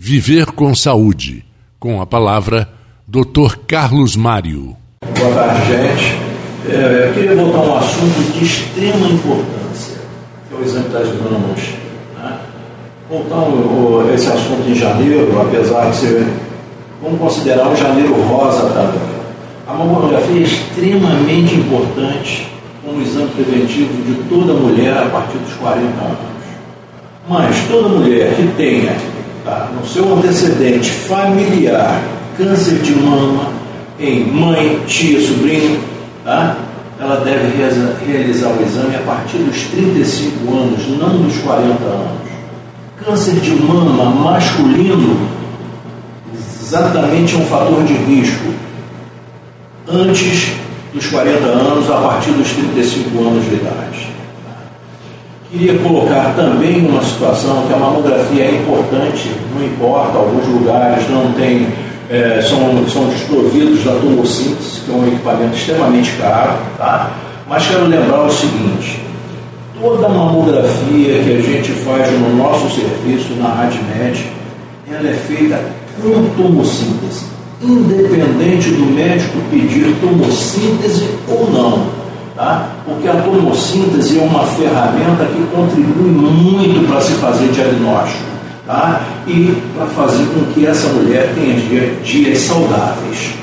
Viver com Saúde. Com a palavra, Dr. Carlos Mário. Boa tarde, gente. Eu queria voltar a um assunto de extrema importância, que é o exame das mamas. Né? Voltar esse assunto em janeiro, apesar de ser, vamos considerar um janeiro rosa também. A mamografia é extremamente importante como exame preventivo de toda mulher a partir dos 40 anos. Mas toda mulher que tenha no seu antecedente familiar câncer de mama em mãe, tia, sobrinho, ela deve realizar o exame a partir dos 35 anos, não dos 40 anos. Câncer de mama masculino exatamente é um fator de risco antes dos 40 anos, a partir dos 35 anos de idade. Queria colocar também uma situação que a mamografia é importante, não importa, alguns lugares não tem, são desprovidos da tomossíntese, que é um equipamento extremamente caro, mas quero lembrar o seguinte: toda mamografia que a gente faz no nosso serviço, na RadMed, ela é feita com tomossíntese, independente do médico pedir tomossíntese ou não. Porque a tomossíntese é uma ferramenta que contribui muito para se fazer diagnóstico, e para fazer com que essa mulher tenha dias saudáveis.